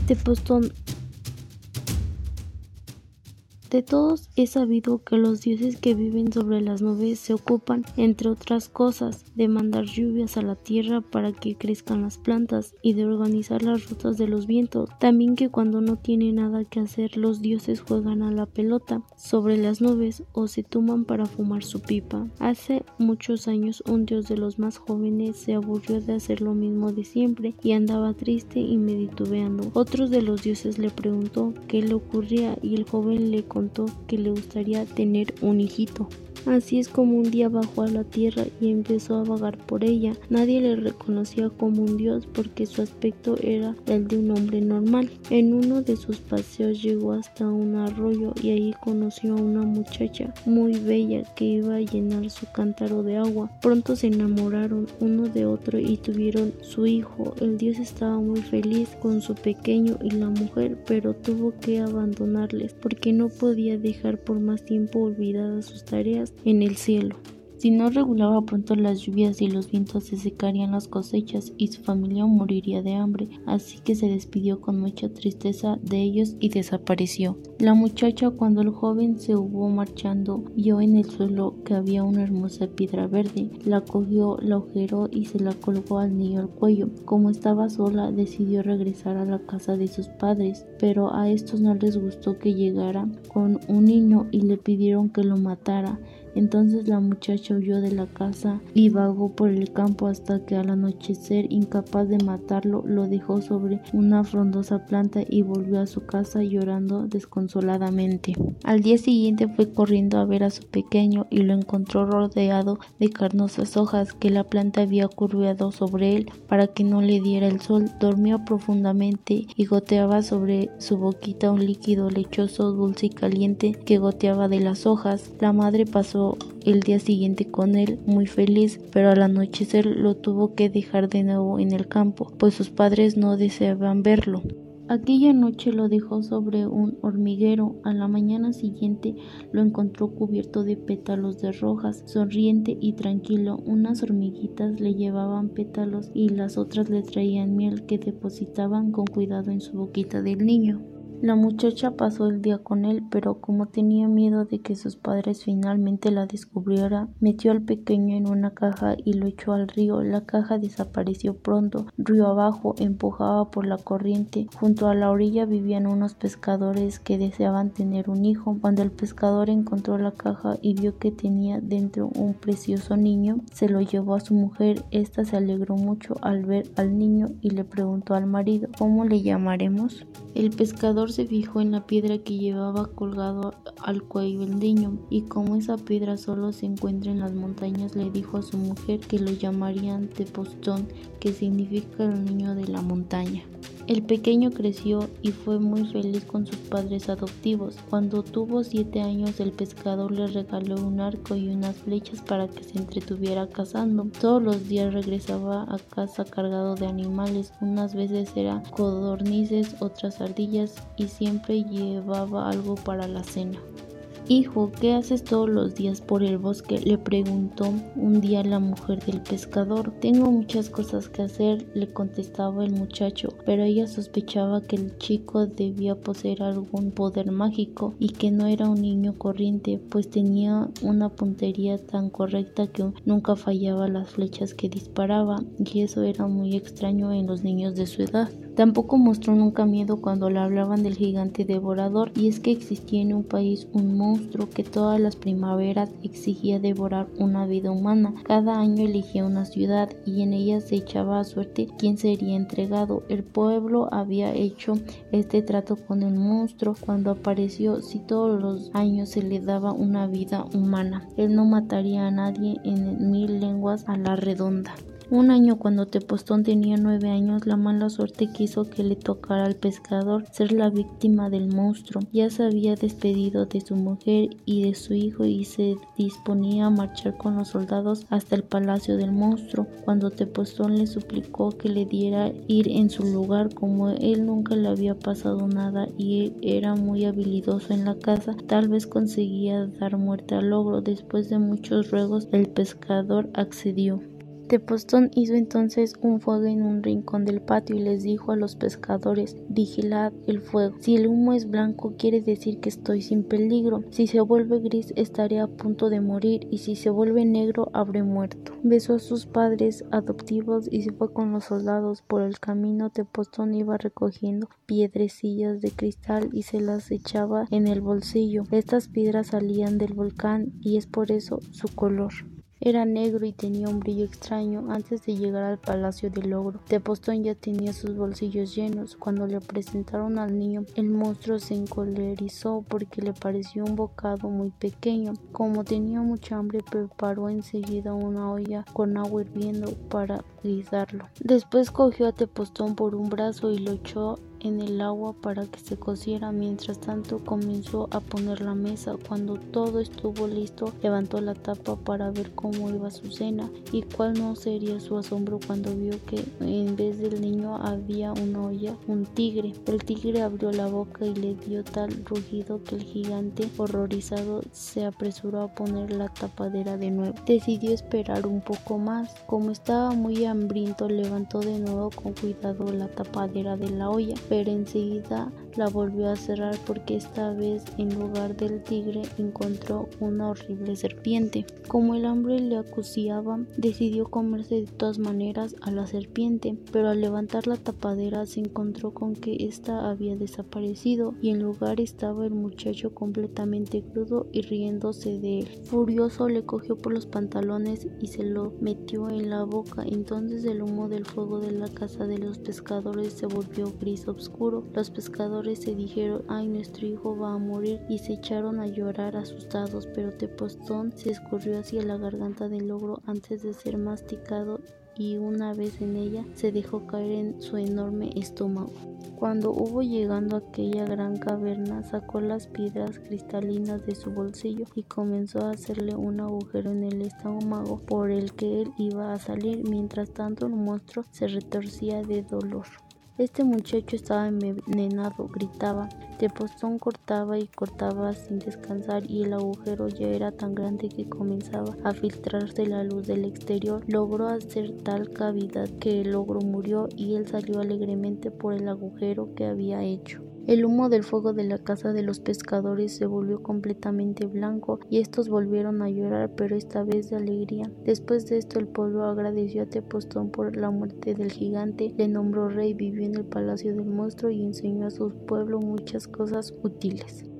Tepostón. De todos es sabido que los dioses que viven sobre las nubes se ocupan, entre otras cosas, de mandar lluvias a la tierra para que crezcan las plantas y de organizar las rutas de los vientos. También que cuando no tienen nada que hacer, los dioses juegan a la pelota sobre las nubes o se tumban para fumar su pipa. Hace muchos años un dios de los más jóvenes se aburrió de hacer lo mismo de siempre y andaba triste y meditubeando. Otro de los dioses le preguntó qué le ocurría y el joven le contó que le gustaría tener un hijito. Así es como un día bajó a la tierra y empezó a vagar por ella. Nadie le reconocía como un dios porque su aspecto era el de un hombre normal. En uno de sus paseos llegó hasta un arroyo y ahí conoció a una muchacha muy bella que iba a llenar su cántaro de agua. Pronto se enamoraron uno de otro y tuvieron su hijo. El dios estaba muy feliz con su pequeño y la mujer, pero tuvo que abandonarles porque no podía dejar por más tiempo olvidadas sus tareas en el cielo. Si no regulaba pronto las lluvias y los vientos, se secarían las cosechas y su familia moriría de hambre, así que se despidió con mucha tristeza de ellos y desapareció. La muchacha, cuando el joven se hubo marchando, vio en el suelo que había una hermosa piedra verde. La cogió, la agujeró y se la colgó al niño al cuello. Como estaba sola, decidió regresar a la casa de sus padres, pero a estos no les gustó que llegara con un niño y le pidieron que lo matara. Entonces la muchacha huyó de la casa y vagó por el campo hasta que al anochecer, incapaz de matarlo, lo dejó sobre una frondosa planta y volvió a su casa llorando desconsoladamente. Al día siguiente fue corriendo a ver a su pequeño y lo encontró rodeado de carnosas hojas que la planta había curveado sobre él para que no le diera el sol. Dormía profundamente y goteaba sobre su boquita un líquido lechoso, dulce y caliente que goteaba de las hojas. La madre pasó el día siguiente con él muy feliz, pero al anochecer lo tuvo que dejar de nuevo en el campo, pues sus padres no deseaban verlo. Aquella noche lo dejó sobre un hormiguero. A la mañana siguiente lo encontró cubierto de pétalos de rosas, sonriente y tranquilo. Unas hormiguitas le llevaban pétalos y las otras le traían miel que depositaban con cuidado en su boquita del niño. La muchacha pasó el día con él, pero como tenía miedo de que sus padres finalmente la descubrieran, metió al pequeño en una caja y lo echó al río. La caja desapareció pronto. Río abajo, empujada por la corriente. Junto a la orilla vivían unos pescadores que deseaban tener un hijo. Cuando el pescador encontró la caja y vio que tenía dentro un precioso niño, se lo llevó a su mujer. Esta se alegró mucho al ver al niño y le preguntó al marido: ¿cómo le llamaremos? El pescador se fijó en la piedra que llevaba colgado al cuello el niño, y como esa piedra solo se encuentra en las montañas, le dijo a su mujer que lo llamarían Tepostón, que significa el niño de la montaña. El pequeño creció y fue muy feliz con sus padres adoptivos. Cuando tuvo 7 años, el pescador le regaló un arco y unas flechas para que se entretuviera cazando. Todos los días regresaba a casa cargado de animales. Unas veces eran codornices, otras ardillas, y siempre llevaba algo para la cena. «Hijo, ¿qué haces todos los días por el bosque?», le preguntó un día la mujer del pescador. «Tengo muchas cosas que hacer», le contestaba el muchacho, pero ella sospechaba que el chico debía poseer algún poder mágico y que no era un niño corriente, pues tenía una puntería tan correcta que nunca fallaba las flechas que disparaba, y eso era muy extraño en los niños de su edad. Tampoco mostró nunca miedo cuando le hablaban del gigante devorador, y es que existía en un país un monstruo que todas las primaveras exigía devorar una vida humana. Cada año elegía una ciudad y en ella se echaba a suerte quién sería entregado. El pueblo había hecho este trato con el monstruo cuando apareció. Si todos los años se le daba una vida humana, él no mataría a nadie en 1000 lenguas a la redonda. Un año, cuando Tepostón tenía 9 años, la mala suerte quiso que le tocara al pescador ser la víctima del monstruo. Ya se había despedido de su mujer y de su hijo y se disponía a marchar con los soldados hasta el palacio del monstruo, cuando Tepostón le suplicó que le diera ir en su lugar. Como él nunca le había pasado nada y era muy habilidoso en la caza, tal vez conseguía dar muerte al ogro. Después de muchos ruegos, el pescador accedió. Tepostón hizo entonces un fuego en un rincón del patio y les dijo a los pescadores: vigilad el fuego. Si el humo es blanco, quiere decir que estoy sin peligro. Si se vuelve gris, estaré a punto de morir, y si se vuelve negro, habré muerto. Besó a sus padres adoptivos y se fue con los soldados. Por el camino, Tepostón iba recogiendo piedrecillas de cristal y se las echaba en el bolsillo. Estas piedras salían del volcán y es por eso su color. Era negro y tenía un brillo extraño. Antes de llegar al palacio del ogro, Tepostón ya tenía sus bolsillos llenos. Cuando le presentaron al niño, el monstruo se encolerizó porque le pareció un bocado muy pequeño. Como tenía mucha hambre, preparó enseguida una olla con agua hirviendo para guisarlo. Después cogió a Tepostón por un brazo y lo echó en el agua para que se cociera. Mientras tanto comenzó a poner la mesa. Cuando todo estuvo listo, levantó la tapa para ver cómo iba su cena, y cuál no sería su asombro cuando vio que en vez del niño había una olla, un tigre. El tigre abrió la boca y le dio tal rugido que el gigante, horrorizado, se apresuró a poner la tapadera de nuevo. Decidió esperar un poco más. Como estaba muy hambriento, levantó de nuevo con cuidado la tapadera de la olla, pero enseguida la volvió a cerrar porque esta vez en lugar del tigre encontró una horrible serpiente. Como el hambre le acuciaba, decidió comerse de todas maneras a la serpiente, pero al levantar la tapadera se encontró con que ésta había desaparecido y en lugar estaba el muchacho completamente crudo y riéndose de él. Furioso, le cogió por los pantalones y se lo metió en la boca. Entonces el humo del fuego de la casa de los pescadores se volvió gris oscuro. Los pescadores se dijeron: ay, nuestro hijo va a morir, y se echaron a llorar asustados, pero Tepostón se escurrió hacia la garganta del ogro antes de ser masticado, y una vez en ella se dejó caer en su enorme estómago. Cuando hubo llegado a aquella gran caverna, sacó las piedras cristalinas de su bolsillo y comenzó a hacerle un agujero en el estómago por el que él iba a salir. Mientras tanto, el monstruo se retorcía de dolor. Este muchacho estaba envenenado, gritaba. Tepostón cortaba y cortaba sin descansar, y el agujero ya era tan grande que comenzaba a filtrarse la luz del exterior. Logró hacer tal cavidad que el ogro murió, y él salió alegremente por el agujero que había hecho. El humo del fuego de la casa de los pescadores se volvió completamente blanco, y estos volvieron a llorar, pero esta vez de alegría. Después de esto, el pueblo agradeció a Tepostón por la muerte del gigante, le nombró rey, vivió en el palacio del monstruo y enseñó a su pueblo muchas cosas útiles.